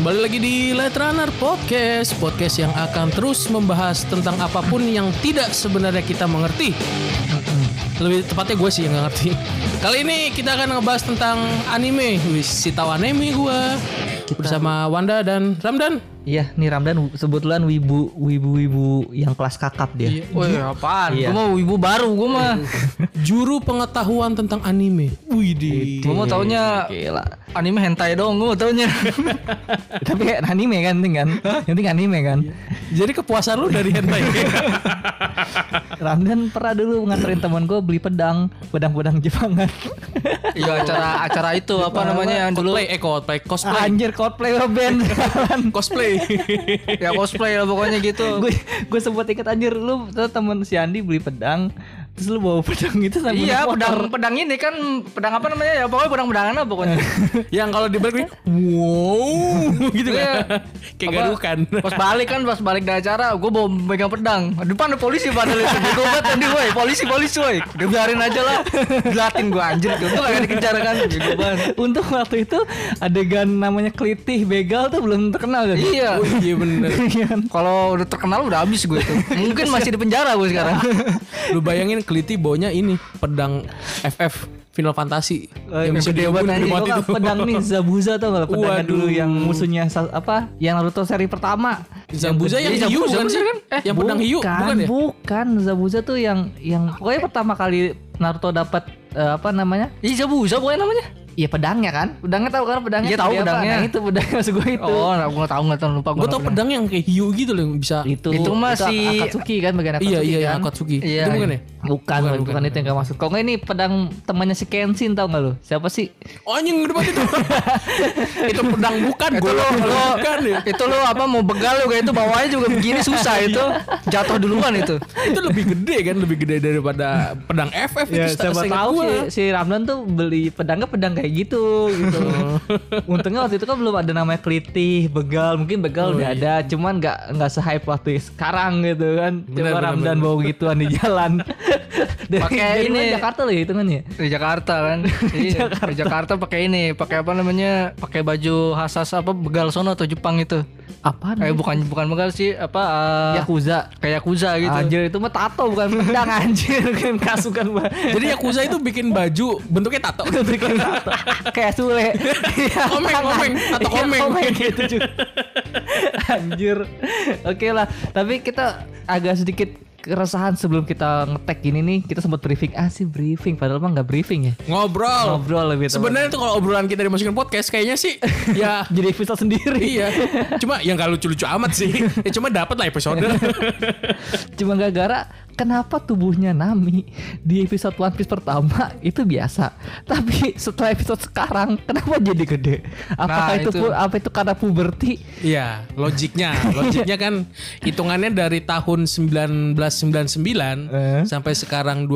Kembali lagi di Light Runner Podcast yang akan terus membahas tentang apapun yang tidak sebenarnya kita mengerti. Lebih tepatnya gue sih yang gak ngerti. Kali ini kita akan ngebahas tentang anime. Wis, si tahu anime gue bersama Wanda dan Ramdan. Iya, nih Ramdan kebetulan wibu yang kelas kakap dia. Woi, apaan? Iya. Gue mah wibu baru, gue mah. Juru pengetahuan tentang anime. Widih. Gue mau taunya Gila. anime hentai dong, gue mau taunya. Tapi kayak anime kan, yang penting anime kan. Jadi kepuasan lu dari hentai. Ramdan pernah dulu nganterin teman gue beli pedang Jepangan. Iya, acara itu apa namanya yang dulu Cosplay. Anjir, cosplay band. Cosplay. ya cosplay lah pokoknya gitu. Gue sempat ingat anjir, lu teman si Andi beli pedang, terus lu bawa pedang itu sampai Iya, motor. pedang ini kan pedang apa namanya ya, pokoknya pedang-pedangan lah pokoknya. Yang kalau dibalik nih, wow, gitu Iya. kan. Kayak Apa, gadukan. Pas balik dari acara, gue bawa megang pedang. Depan ada polisi padahal itu. Gue buat tadi, woi, polisi woi. Udah biarin aja lah. Dilatin gue anjir, gue gak dikejar kan. Untung waktu itu adegan namanya Klitih begal tuh belum terkenal kan? Iya. Oh iya bener. Kalau udah terkenal udah habis gue itu. Mungkin masih di penjara gue sekarang. Lu bayangin Kliti baunya ini pedang FF Final Fantasy yang bisa gede diubun banget, mati Gua itu. pedang nih Zabuza tuh nggak pedangnya Waduh. dulu yang musuhnya apa? Yang Naruto seri pertama. Zabuza yang Iya, hiu Zabuza bukan sih? kan? Yang pedang hiu bukan ya? Bukan, Zabuza tuh yang pokoknya pertama kali Naruto dapat apa namanya? Iya, Zabuza pokoknya namanya. Iya pedangnya kan? Pedangnya tahu kan pedangnya? Iya, tahu gede apa? pedangnya. Nah, itu pedangnya maksud gue itu. Oh, gue nggak tahu lupa Gue tau pedang yang kayak hiu gitu loh yang bisa. Itu masih- Akatsuki kan, bagian Akatsuki. Iya kan? Akatsuki. Iya. Itu bukan ya? Bukan itu yang gak masuk. Kalau nggak ini pedang temannya si Kenshin, tau gak lu? Siapa sih? Oh anjing gede banget itu. Itu pedang bukan. Itu lo bukan ya. itu lo apa mau begal lo kayak itu bawahnya juga begini susah itu. Jatuh duluan itu. Itu lebih gede kan, lebih gede daripada pedang FF Ya, itu. siapa seingat tahu gua. si Ramdan tuh beli pedang kayak gitu. Untungnya waktu itu kan belum ada namanya Klitih, begal, mungkin begal Oh, udah iya. ada, cuman nggak se-hype waktu sekarang gitu kan. Bener, Coba bener, Ramdan bener. bawa gituan di jalan. Pakai dari ini. mana, Jakarta loh hitungannya. Di Jakarta kan. Iya, di Jakarta pakai ini, pakai apa namanya? Pakai baju khas apa begal sono atau Jepang itu. Apaan? Bukan begal sih, apa Yakuza. kayak Yakuza gitu. Anjir itu mah tato bukan pedang anjir kan kasukan banget. Jadi Yakuza itu bikin baju bentuknya tato. Kayak Sule. Iya, Komeng atau komeng. gitu juga. Anjir. Oke lah, tapi kita agak sedikit keresahan sebelum kita ngetek gini nih, kita sempat briefing padahal mah nggak briefing ya. Ngobrol lebih teman. Sebenarnya tuh kalau obrolan kita dimasukin podcast kayaknya sih ya Jadi episode sendiri. iya. Cuma yang gak lucu-lucu amat sih. Ya cuma dapat lah episode. Cuma gara-gara kenapa tubuhnya Nami di episode One Piece pertama itu biasa, tapi setelah episode sekarang kenapa jadi gede? Apakah Nah, apa itu karena puberti? Iya, logiknya kan hitungannya dari tahun 1999 sampai sekarang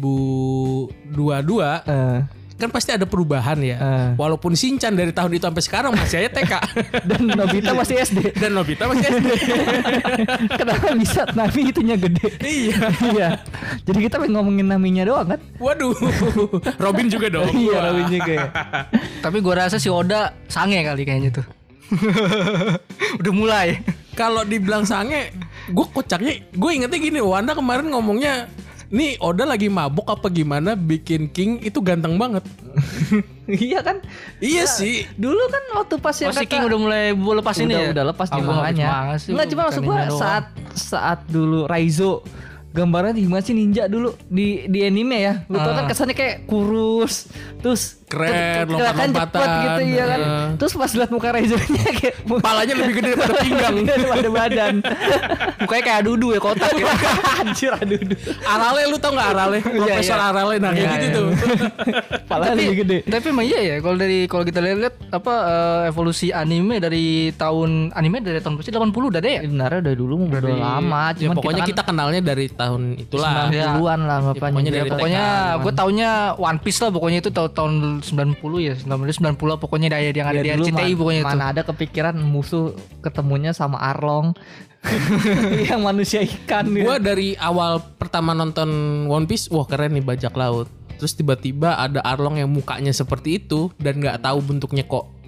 2022 kan pasti ada perubahan ya. Walaupun Shinchan dari tahun itu sampai sekarang masih aja TK Dan Nobita masih SD. dan Nobita masih SD. Kenapa bisa Nami itunya gede? Iya. Jadi kita pengen ngomongin Naminya doang kan? Waduh, Robin juga dong. Iya, Wah. Robin juga ya. Tapi gua rasa si Oda sange kali kayaknya tuh. Udah mulai. Kalau dibilang sange, gue kocaknya, gue ingetnya gini, Wanda kemarin ngomongnya, nih Oda lagi mabuk apa gimana bikin King itu ganteng banget. Iya kan? Iya sih. Dulu kan waktu pas yang Si King udah mulai lepas ini ya. udah lepas di Ah, gua manganya. manga sih, Enggak, cuma bukan maksud gua ninja doang. saat dulu Raizo gambarnya gimana sih ninja dulu di anime ya. Lu tau kan kesannya kayak kurus, terus Keren, kelihatan cepet lompat-lompatan. gitu ya kan. Terus pas lihat muka Raizo-nya kayak Palanya lebih gede daripada pinggang. daripada badan. Mukanya kayak dudu ya, kotak gitu. Anjir, aduh. Arale lu tau gak Arale? Profesor Arale, nah kayak Iya, gitu iya. tuh. Palanya lebih gede. Tapi emang iya ya, kalau kita lihat apa evolusi anime dari tahun berapa? 80 udah ada ya? Sebenarnya udah dulu udah lama, Ya cuman pokoknya kan kita kenalnya dari tahun itulah. 90-an lah Ya, bapaknya. pokoknya Dia dari Pokoknya TK, gue taunya One Piece lah, pokoknya itu tahun 90 ya, 90 pokoknya yang ada di dulu RCTI pokoknya itu. mana ada kepikiran musuh ketemunya sama Arlong yang manusia ikan gitu. Gue dari awal pertama nonton One Piece, wah keren nih bajak laut. Terus tiba-tiba ada Arlong yang mukanya seperti itu dan nggak tahu bentuknya kok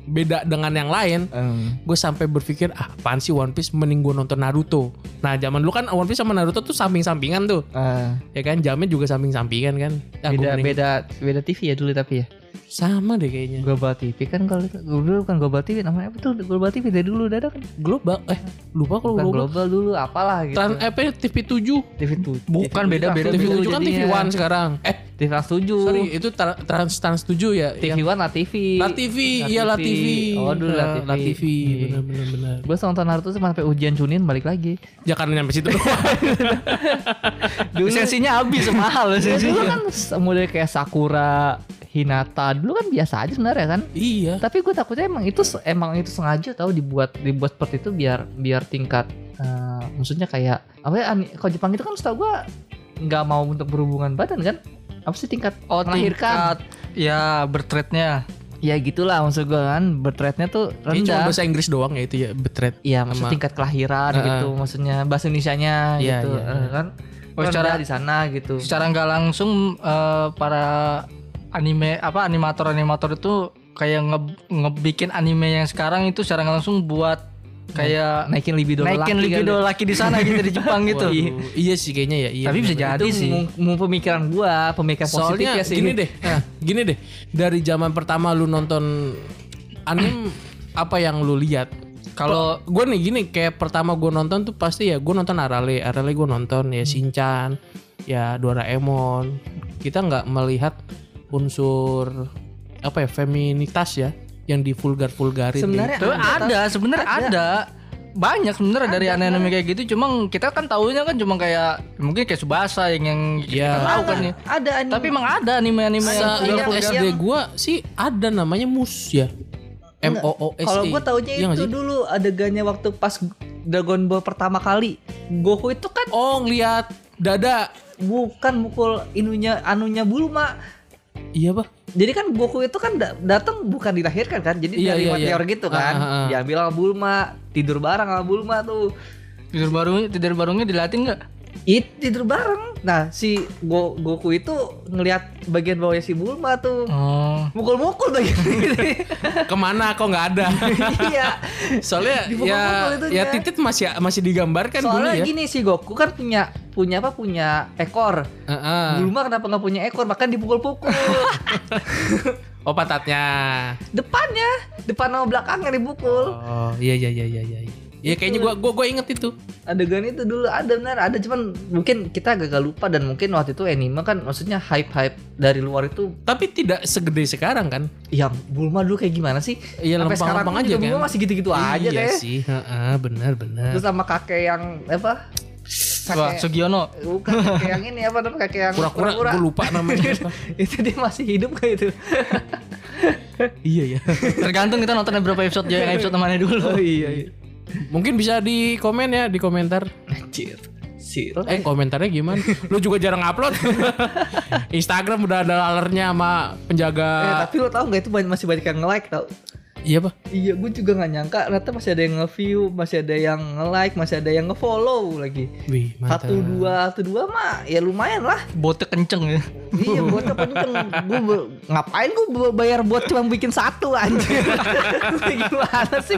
beda dengan yang lain. Gue sampai berpikir apaan sih One Piece, mending gue nonton Naruto. Nah zaman dulu kan One Piece sama Naruto tuh samping-sampingan tuh. Ya kan jamnya juga samping-sampingan kan. Beda TV ya dulu tapi ya. Sama deh kayaknya. Global TV kan kalau dulu kan Global TV namanya apa tuh? Global TV dari dulu udah ada kan. Global lupa kalau global dulu apalah gitu. TV7. TV7. Bukan beda-beda. TV7 kan TV One sekarang. TV Trans 7. Sorry, itu Trans 7 ya. TV One La TV. La TV, iya La TV. Oh, dulu La TV. Benar. Gue nonton Naruto sampai ujian Chunin balik lagi. Ya karena nyampe situ doang. Lisensinya habis mahal lisensinya. Dulu kan model kayak Sakura, Hinata dulu kan biasa aja sebenarnya kan. Iya. Tapi gue takutnya emang itu sengaja tahu dibuat seperti itu biar tingkat maksudnya kayak apa ya, kalau Jepang itu kan setahu gue nggak mau untuk berhubungan badan kan. Apa sih tingkat melahirkan? Ya birth rate-nya. Ya gitulah maksud gue kan, birth rate-nya tuh rendah. Cuma bahasa Inggris doang ya itu ya, birth rate. Iya, maksud tingkat kelahiran gitu, maksudnya bahasa Indonesianya gitu kan. Secara di sana gitu. Secara nggak langsung para animator itu kayak ngebikin anime yang sekarang itu secara nggak langsung buat kayak naikin libido laki di sana gitu di Jepang gitu. Iya sih kayaknya ya. Iya, tapi bisa jadi itu sih. Pemikiran positif ya sih. Gini deh. Dari zaman pertama lu nonton anime apa yang lu lihat? Kalau gue nih gini, kayak pertama gue nonton tuh pasti ya gue nonton Arale gue nonton ya Shinchan, ya Doraemon. Kita nggak melihat unsur apa ya feminitas ya yang divulgarin. Sebenarnya ada banyak sebenarnya dari anime kayak gitu, cuma kita kan taunya kan cuma kayak mungkin kayak Tsubasa yang kita tahu kan ya. Ada anime. Tapi emang ada anime yang SD gua sih ada namanya Mus ya. MOOSE. Kalau gua taunya itu dulu adegannya waktu pas Dragon Ball pertama kali. Goku itu kan ngeliat dada, bukan mukul anunya Bulma. Iya bah. Jadi kan Goku itu kan datang bukan dilahirkan kan, jadi dari meteor gitu kan. Diambil sama Bulma, tidur bareng sama Bulma tuh. Tidur barengnya dilatih nggak? Tidur bareng. Nah si Goku itu ngelihat bagian bawahnya si Bulma tuh. Mukul-mukul bagian gitu. Kemana kok nggak ada? Iya. Soalnya ya titit masih digambarkan dulu ya. Soalnya gini si Goku kan punya ekor. Bulma kenapa nggak punya ekor? Makan dipukul-pukul. Oh pantatnya. Depan sama belakangnya dipukul. Oh iya. Iya kayaknya gue inget itu. Adegan itu dulu ada cuman mungkin kita agak lupa, dan mungkin waktu itu anime kan maksudnya hype dari luar itu. Tapi tidak segede sekarang kan. Iya, Bulma dulu kayak gimana sih? Iya, lempeng-lempeng aja kan. Bulma masih gitu-gitu aja kayak. Iya sih, benar. Terus sama kakek yang apa? Sugiono. Bukan kakek yang ini apa namanya, kakek yang kura-kura. Gue lupa namanya apa. Itu dia masih hidup kayak itu. Iya. Tergantung kita nonton berapa episode mana dulu. Oh iya. Mungkin bisa di komen ya, di komentar. Anjir. Komentarnya gimana? Lu juga jarang upload. Instagram udah ada alertnya sama penjaga. Tapi lo tau gak itu masih banyak yang nge-like tau? Iya pak? Iya, gue juga gak nyangka ternyata masih ada yang nge-view, masih ada yang nge-like, masih ada yang nge-follow lagi. Wih, mantap. 1, 2 mah ya lumayan lah. Botnya kenceng ya. Iya, botnya kenceng. Ngapain gue bayar bot cuma bikin 1 anjir. Gimana sih?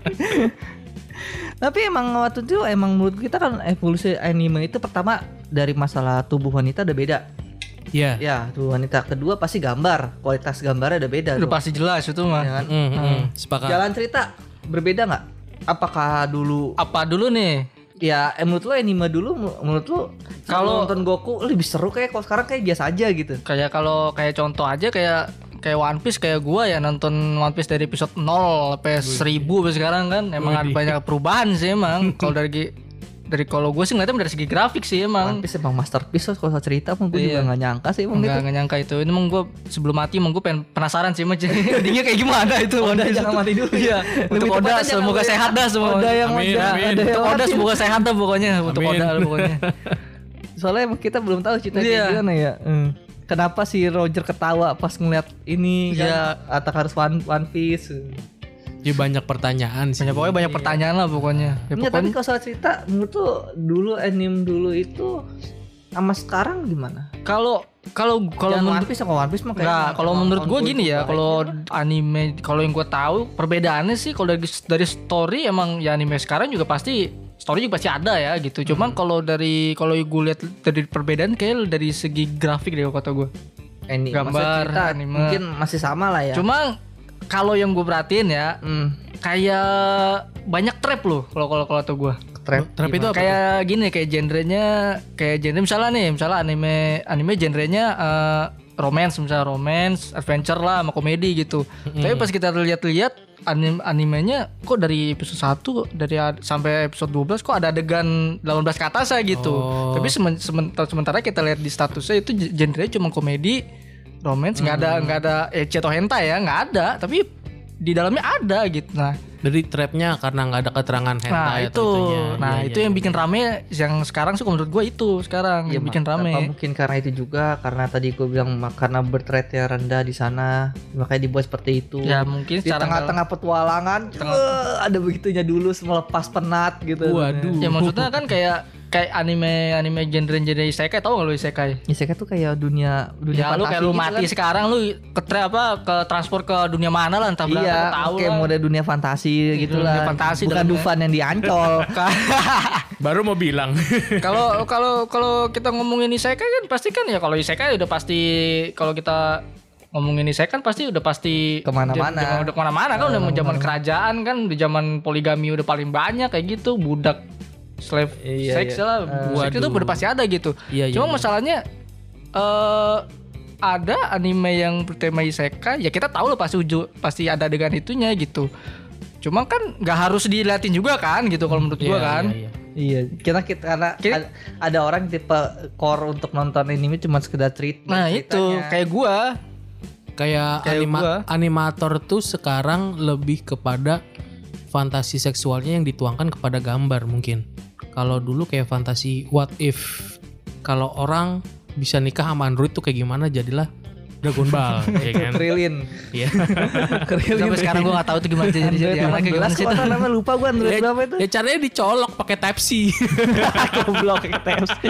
Tapi emang waktu itu menurut kita kan evolusi anime itu pertama dari masalah tubuh wanita ada beda. Iya. Ya, tubuh wanita. Kedua pasti gambar, kualitas gambarnya ada beda. Udah pasti jelas itu mah. Ya kan? Sepakat. Jalan cerita berbeda nggak? Apa dulu nih? Ya, menurut lo anime dulu, menurut lo kalau nonton Goku lebih seru kayak kalau sekarang kayak biasa aja gitu. Kayak contoh aja kayak One Piece, kayak gua ya nonton One Piece dari episode 0 sampai 1000 sampai sekarang kan emang ada banyak perubahan sih emang. Kalau kalau gue sih ngeliatnya dari segi grafik sih emang. One Piece emang masterpiece kalau cerita emang gue juga gak nyangka sih emang Gak nyangka itu. Ini emang gue sebelum mati emang gue penasaran sih emang endingnya kayak gimana itu. Oda jangan mati dulu. Iya. Untuk Oda semoga sehat dah semua. Oda yang untuk Oda semoga sehat dah pokoknya. Untuk Oda pokoknya. Soalnya emang kita belum tahu cerita kayak gimana ya. Kenapa si Roger ketawa pas ngeliat ini kan Attack harus One Piece. Ya banyak pertanyaan sih. Pokoknya banyak pertanyaan lah pokoknya. Tapi kalau soal cerita menurut tuh dulu anime dulu itu sama sekarang gimana? Kalau Kalau One Piece sama One Piece mah enggak, kalau menurut gue gini ya, kalau anime, kalau yang gue tahu perbedaannya sih kalau dari story emang ya anime sekarang juga pasti story juga pasti ada ya gitu. Cuman kalau gue lihat dari perbedaan kayak dari segi grafik deh kata gue. Gambar anime mungkin masih sama lah ya. Cuma kalau yang gue perhatiin ya, kayak banyak trap loh kalau kata gue. Trap itu apa? Kayak gini, kayak genre misalnya anime genrenya romance, adventure lah sama komedi gitu. Tapi pas kita lihat animenya kok dari episode 1 sampai episode 12 kok ada adegan 18 ke atas gitu. Tapi sementara kita lihat di statusnya itu genrenya cuma komedi, romance, enggak ada ecchi atau hentai ya, enggak ada. Tapi di dalamnya ada gitu. Nah, dari trapnya karena nggak ada keterangan hentai itu. Itu yang bikin rame yang sekarang sih menurut gue itu sekarang yang bikin rame. Mungkin karena itu juga, karena tadi gue bilang karena birth rate-nya rendah di sana, makanya dibuat seperti itu. Ya mungkin di tengah-tengah petualangan ada begitunya dulu melepas penat gitu. Waduh. Ya maksudnya kan kayak anime genre isekai, tahu enggak lu isekai? Isekai tuh kayak dunia ya, lu kayak lu gitu mati kan? Sekarang lu ke transport ke dunia mana lah, entah berapa tahu kayak lah. mode dunia fantasi gitu lah. Dunia fantasi bukan Dufan yang diancol. Baru mau bilang. Kalau kita ngomongin isekai kan pasti kan ya, kalau isekai udah pasti, kalau kita ngomongin isekai kan pasti udah pasti kemana-mana. Udah kemana-mana kan, udah zaman kerajaan kan, di zaman poligami udah paling banyak kayak gitu, budak slave sex lah, seks itu udah pasti ada gitu. Cuma masalahnya ada anime yang bertema isekai, ya kita tahu loh pasti ada adegan itunya gitu. Cuma kan nggak harus diliatin juga kan gitu kalau menurut gua kan. Iya, karena ada orang tipe core untuk nonton anime cuma sekedar treatment. Nah itu kayak gua. Kayak animator tuh sekarang lebih kepada fantasi seksualnya yang dituangkan kepada gambar mungkin. Kalau dulu kayak fantasi what if kalau orang bisa nikah sama android tuh kayak gimana, jadilah Dragon Ball ya kan. Krillin. Iya. Sampai sekarang gue gak tahu tuh gimana jadi anak kayak gimana sih itu. Namanya lupa gue android berapa itu. Ya caranya dicolok pakai Type-C. Goblok pakai Type-C.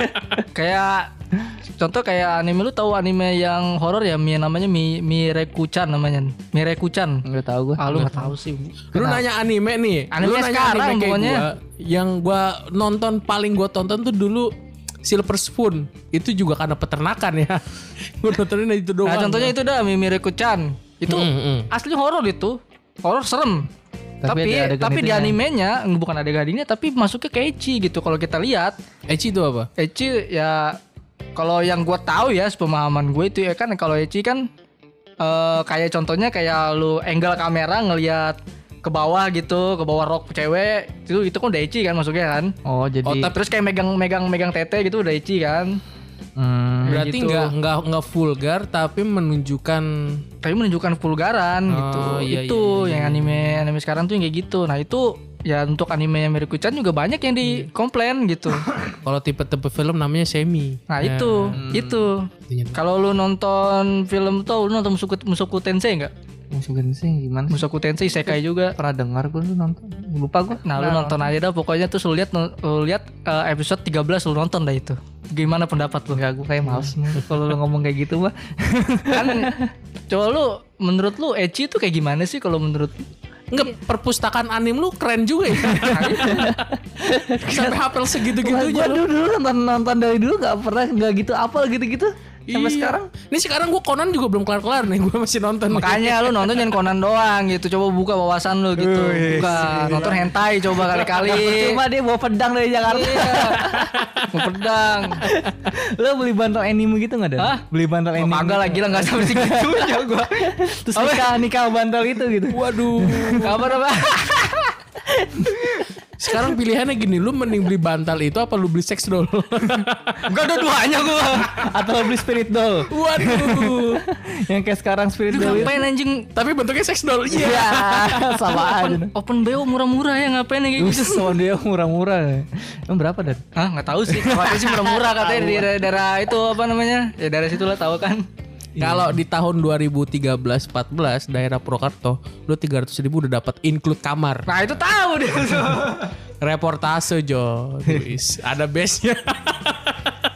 Kayak contoh kayak anime, lu tahu anime yang horor ya, namanya Mirekuchan namanya. Mirekuchan. Enggak tahu gue. Lu enggak tahu sih. Lu nanya anime nih. Anime sekarang pokoknya. Yang gua nonton paling gua tonton tuh dulu Silver Spoon. Itu juga karena peternakan ya. Gua nontonin itu doang. Nah, contohnya itu dah Mirekuchan. Itu asli horor itu. Horor serem. Tapi di animenya bukan adegannya, tapi masuknya ke ecchi gitu kalau kita lihat. Ecchi itu apa? Ecchi ya, kalau yang gue tahu ya, sepemahaman gue itu ya kan, kalau ecchi kan kayak contohnya kayak lu angle kamera ngelihat ke bawah gitu, ke bawah rok cewek, itu kan udah ecchi kan masuknya kan. Oh jadi. Terus kayak megang tete gitu udah ecchi kan. Berarti gitu. nggak vulgar tapi menunjukkan vulgaran gitu. Itu yang anime sekarang tuh yang kayak gitu. Nah itu ya untuk anime yang Mirekuchan juga banyak yang dikomplain gitu. Kalau tipe-tipe film namanya semi. Nah itu. Kalau lu nonton film tuh, lu nonton Mushoku Tensei nggak? Mushoku Tensei gimana? Mushoku Tensei isekai juga. Pernah dengar gue tuh nonton. Lupa gue. Nah lu nonton aja dah pokoknya tuh, lu lihat episode 13 lu nonton dah itu. Gimana pendapat lu? Enggak, gue kayak males kalau lu ngomong kayak gitu mah. Kan coba lu, menurut lu ecchi itu kayak gimana sih kalau menurut? Enggak, perpustakaan anime lu keren juga ya. Sampai hafal segitu-gitunya lu. Dulu nonton dari dulu enggak gitu apal gitu-gitu. Sampai sekarang. Ini sekarang gue Conan juga belum kelar-kelar nih, gue masih nonton. Makanya lu nonton jangan Conan doang gitu. Coba buka wawasan lu gitu. Buka nonton hentai coba kali-kali. Cuma dia bawa pedang dari Jakarta. Bawa pedang. Lu beli bantal anime gitu enggak ada? Hah? Beli bantal anime. Kagak lah, gila enggak sampai segitunya gua. Terus nikah bantal itu gitu. Waduh. Apa? Sekarang pilihannya gini, lu mending beli bantal itu apa lu beli sex doll? Enggak, ada duanya gua. Atau beli spirit doll. Waduh. Yang kayak sekarang spirit doll. Ngapain anjing? Tapi bentuknya sex doll. Iya. Sama aja. Open BO murah-murah ya, ngapain kayak gitu? Open BO murah-murah. Emang berapa, Dan? Hah, enggak tahu sih. Katanya sih murah-murah katanya di daerah itu apa namanya? Ya daerah situ lah, tahu kan. Kalau di tahun 2013-14 daerah Purwokerto, lu 300.000 udah dapat include kamar. Nah itu tahu deh. Reportase Jo, ada base-nya.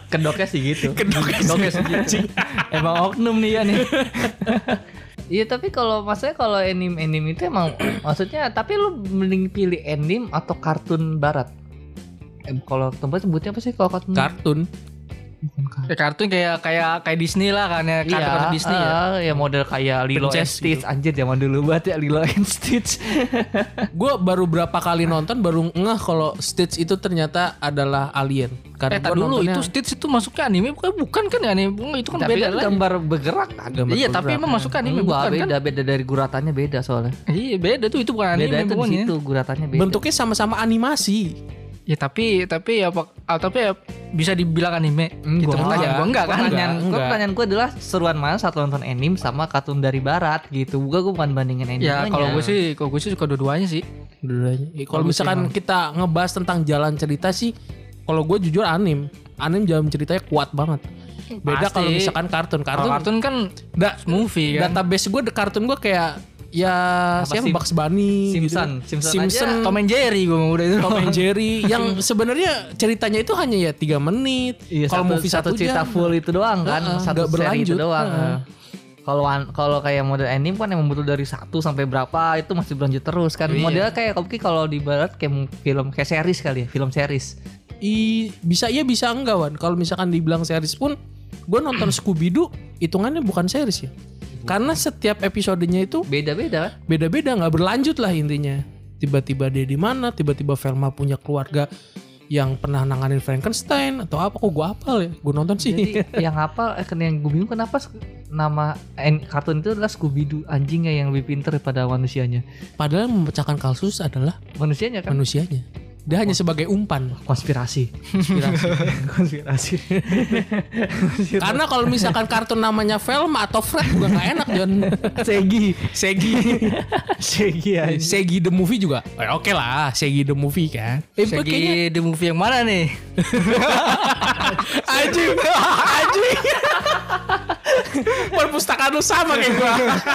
Kedoknya sih gitu. Kedoknya sih gitu. Emang oknum nih ya nih. Iya tapi kalau maksudnya kalau anime itu emang maksudnya tapi lu mending pilih anime atau kartun barat? Kalau tempat sebutnya apa sih kalau kartun? Kartun. Kartun kayak Disney lah kan ya, kartun Disney ya. Ya model kayak Lilo and Stitch gitu. Anjir zaman dulu banget ya Lilo and Stitch. Gue baru berapa kali nonton baru ngeh kalau Stitch itu ternyata adalah alien. Karena dulu itu Stitch itu masuknya anime bukan kan ya anime itu kan tapi beda kan gambar bergerak kan. Iya tapi emang masuk anime bukan kan? Beda dari guratannya beda soalnya. Iya beda tuh itu bukan anime. Beda itu di situ guratannya beda. Bentuknya sama-sama animasi. Ya tapi ya bisa dibilang anime gitu. Pertanyaan gue enggak kan? Pertanyaan gue adalah seruan mana saat nonton anime sama kartun dari barat gitu. Gue bukan bandingin anime-nya. Ya kalau gue sih suka dua-duanya sih. Kalau misalkan kita ngebahas tentang jalan cerita sih, kalau gue jujur anime jalan ceritanya kuat banget. Beda kalau misalkan kartun kan movie kan. Database gue kartun gue kayak ya siapa Bugs Bunny, Simpson aja. Tom and Jerry gue udah itu. Tom and Jerry yang sebenarnya ceritanya itu hanya ya 3 menit. Iya, kalau movie satu cerita full itu doang kan, satu seri itu doang. Kalau kayak model anime kan yang butuh dari 1 sampai berapa itu masih berlanjut terus kan. Modelnya kayak kalau di barat kayak film kayak series kali ya, film series. Bisa enggak Wan. Kalau misalkan dibilang series pun gue nonton Scooby-Doo hitungannya bukan series ya. Karena setiap episodenya itu beda-beda nggak berlanjut lah intinya. Tiba-tiba dia di mana, tiba-tiba Velma punya keluarga yang pernah nanganin Frankenstein atau apa, kok gue hafal ya, gue nonton sih. Jadi yang hafal, yang gue bingung kenapa nama kartun itu adalah Scooby-Doo, anjingnya yang lebih pintar daripada manusianya. Padahal memecahkan kasus adalah manusianya kan. Dia hanya sebagai umpan. Konspirasi. Karena kalau misalkan kartun namanya Velma atau Fred juga nggak enak John. Segi the movie juga. Oke lah, Segi the movie kan. Segi the movie yang mana nih? Anjing. Perpustakaan lu sama kayak gua.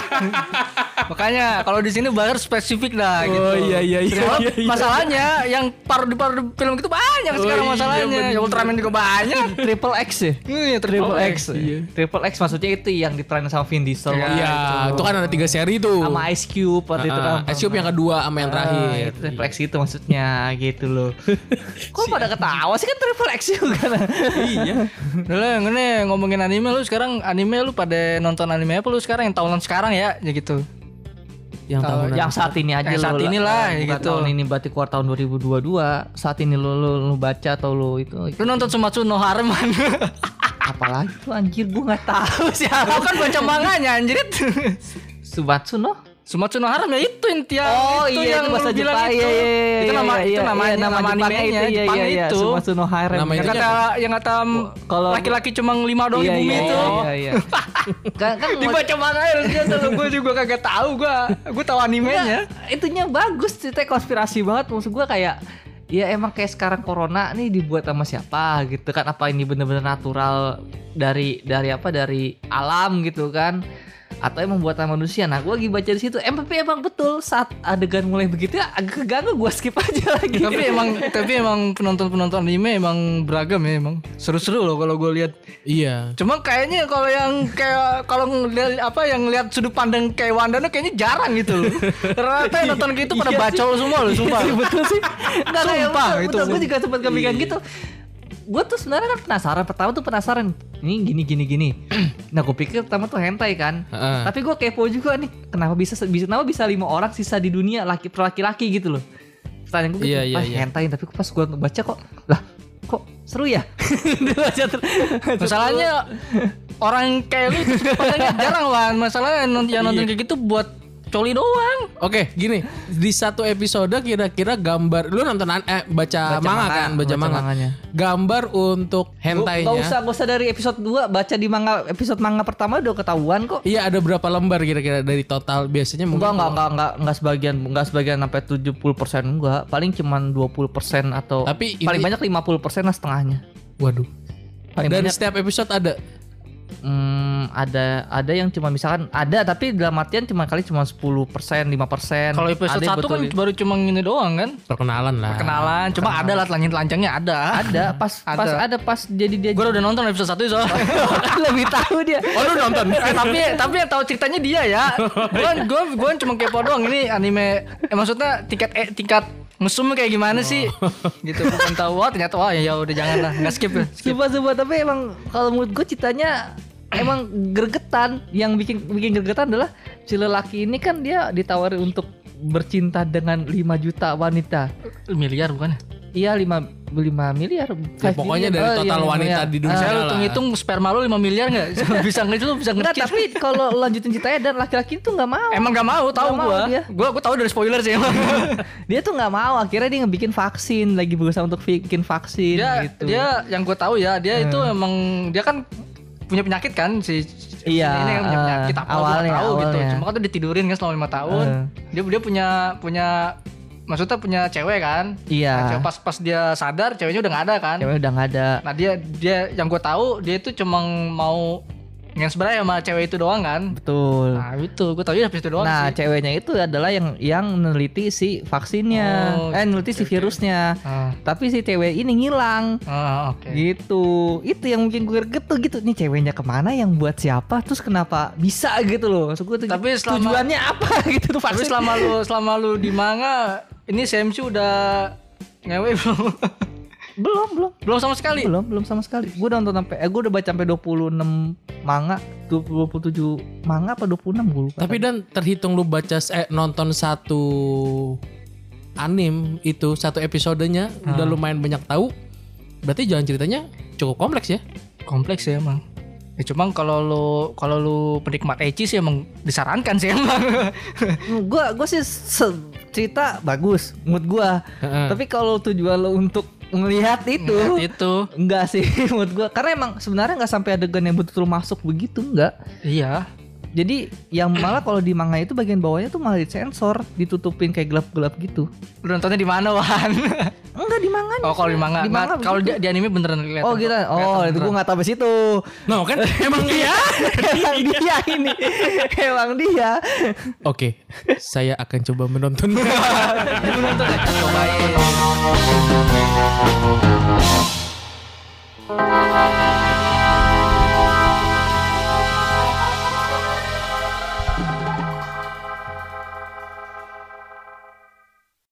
Makanya kalau di sini bayar spesifik dah gitu. Oh iya. Masalahnya yang parodi film itu banyak sekarang masalahnya. Ya Ultraman juga banyak. Triple X ya? Iya, Triple X. Triple X maksudnya itu yang diperanin sama Vin Diesel. Iya, itu kan ada 3 seri tuh. Sama Ice Cube waktu itu kan. Ice Cube yang kedua sama yang terakhir. Triple X itu maksudnya gitu loh. Kok pada ketawa sih, kan Triple X juga. Iya. Udah ngene ngomongin anime lu sekarang, lu pada nonton anime apa lu sekarang yang tahunan sekarang ya gitu. Yang saat ini aja yang saat inilah gitu. Tahun ini berarti keluar tahun 2022. Saat ini lu baca atau lu itu. Lu nonton Sumatsu no Harem. Apalagi tuh anjir, gue enggak tahu sih. Lu kan baca manganya anjir. Sumatsu no Harem ya itu intinya. Oh itu iya, yang bahasa Jepang. Iya. Itu nama animenya Jepang itu. Sumatsu no Harem. Yang kata kalau laki-laki cuma 5 doang di bumi itu. Iya. Kan dibaca manganya terus gue juga kagak tahu, gue tahu animenya. Itunya bagus, ceritanya konspirasi banget. Maksud gue kayak ya emang kayak sekarang corona nih dibuat sama siapa gitu kan, apa ini benar-benar natural dari alam gitu kan, atau emang buatan manusia. Nah gue lagi baca di situ emang betul saat adegan mulai begitu ya agak keganggu, gue skip aja lagi. tapi emang penonton anime emang beragam ya, emang seru-seru loh kalau gue lihat. Iya. Cuma kayaknya kalau yang yang lihat sudut pandang kayak Wandana kayaknya jarang gitu loh. Ternyata yang nonton gitu pada bacol semua loh, sumpah. Betul sih. Sumpah itu. Gue juga sempat kepikiran gitu. Gue tuh sebenarnya kan penasaran ini gini. Nah gue pikir pertama tuh hentai kan. Tapi gue kepo juga nih, kenapa bisa 5 orang sisa di dunia laki-laki gitu loh. Pertanyaan gue hentai, tapi pas gue baca kok seru ya. Masalahnya orang kayak lu jarang lah. Masalahnya yang nonton kayak gitu buat coli doang. Oke, gini, di satu episode kira-kira gambar, lu nonton baca manga. Gambar untuk hentainya. Gak usah dari episode 2, baca di episode manga pertama udah ketahuan kok. Iya, ada berapa lembar kira-kira dari total biasanya mungkin? Enggak sebagian sampai 70% enggak, paling cuman 20% atau paling banyak 50% lah setengahnya. Waduh. Dan setiap episode ada Ada yang cuma misalkan ada tapi dalam artian cuma 10%, 5%. Kalau episode 1 kan baru cuma ini doang kan? Perkenalan, cuma ada lah telanjang-telanjangnya ada. Pas jadi dia. Gue udah nonton episode 1 soalnya. Lebih tahu dia. Oh lu nonton? tapi yang tahu ceritanya dia ya. Gue cuma kepo doang ini anime. Maksudnya tingkat mesum kayak gimana sih? Gitu bukan tahu. Ternyata ya udah jangan lah, nggak skip. Coba tapi emang kalau menurut gue ceritanya emang gregetan. Yang bikin gregetan adalah si lelaki ini kan dia ditawari untuk bercinta dengan 5 juta wanita. Miliar bukan? Iya 5 miliar. Ya, pokoknya dari total wanita di dunia lah. Hitung sperma lu 5 miliar enggak? bisa ngerti. Nggak, tapi kalau lanjutin ceritanya dan laki-laki itu enggak mau. Emang enggak mau, tahu gua. Gua tahu dari spoiler sih emang. Dia tuh enggak mau, akhirnya dia ngebikin vaksin, lagi berusaha untuk bikin vaksin gitu. Dia yang gua tahu ya, dia itu emang dia kan punya penyakit kan si iya, ini kan punya penyakit apa awalnya, tahu gitu. awalnya. Cuma kan tuh ditidurin kan selama 5 tahun. Dia punya maksudnya punya cewek kan? Iya. Nah, pas dia sadar ceweknya udah nggak ada kan? Ceweknya udah nggak ada. Nah dia yang gue tahu dia itu cuma mau yang sebenarnya sama cewek itu doang kan? Betul. Nah itu gue tahu dia habis itu doang nah, sih. ceweknya itu adalah yang meneliti si vaksinnya, meneliti si virusnya. Tapi si cewek ini ngilang. Gitu. Itu yang mungkin gue gitu. Nih ceweknya kemana? Yang buat siapa? Terus kenapa bisa gitu loh? Maksud gue tapi tujuannya apa gitu tuh vaksin? Tapi selama lu di manga ini CMC udah ngewe belum? Belum sama sekali. Belum sama sekali. Gue udah nonton sampai gue udah baca sampai 26 manga, 27 manga apa 26 gue lupa. Tapi dan terhitung lu nonton satu anime itu satu episodenya udah lumayan banyak tahu. Berarti jalan ceritanya cukup kompleks ya? Kompleks ya emang. Ya cuma kalau lu penikmat ecchi sih emang disarankan sih emang. Gue sih cerita bagus mood gue. Tapi kalau tujuan lo untuk ngelihat itu enggak sih mood gue. Karena emang sebenarnya nggak sampai adegan yang betul-betul masuk begitu, enggak. Iya. Jadi yang malah kalau di manga itu bagian bawahnya tuh malah disensor, ditutupin kayak gelap-gelap gitu. Lu nontonnya di mana, Wan? Enggak di manganya. Oh, kalau di manga. Nah, kalau di anime beneran kelihatan. Oh, gitu. Oh, itu gua enggak tahu situ. No, kan emang dia. dia ini. Emang dia. Oke, saya akan coba menonton. Menonton aja cobain.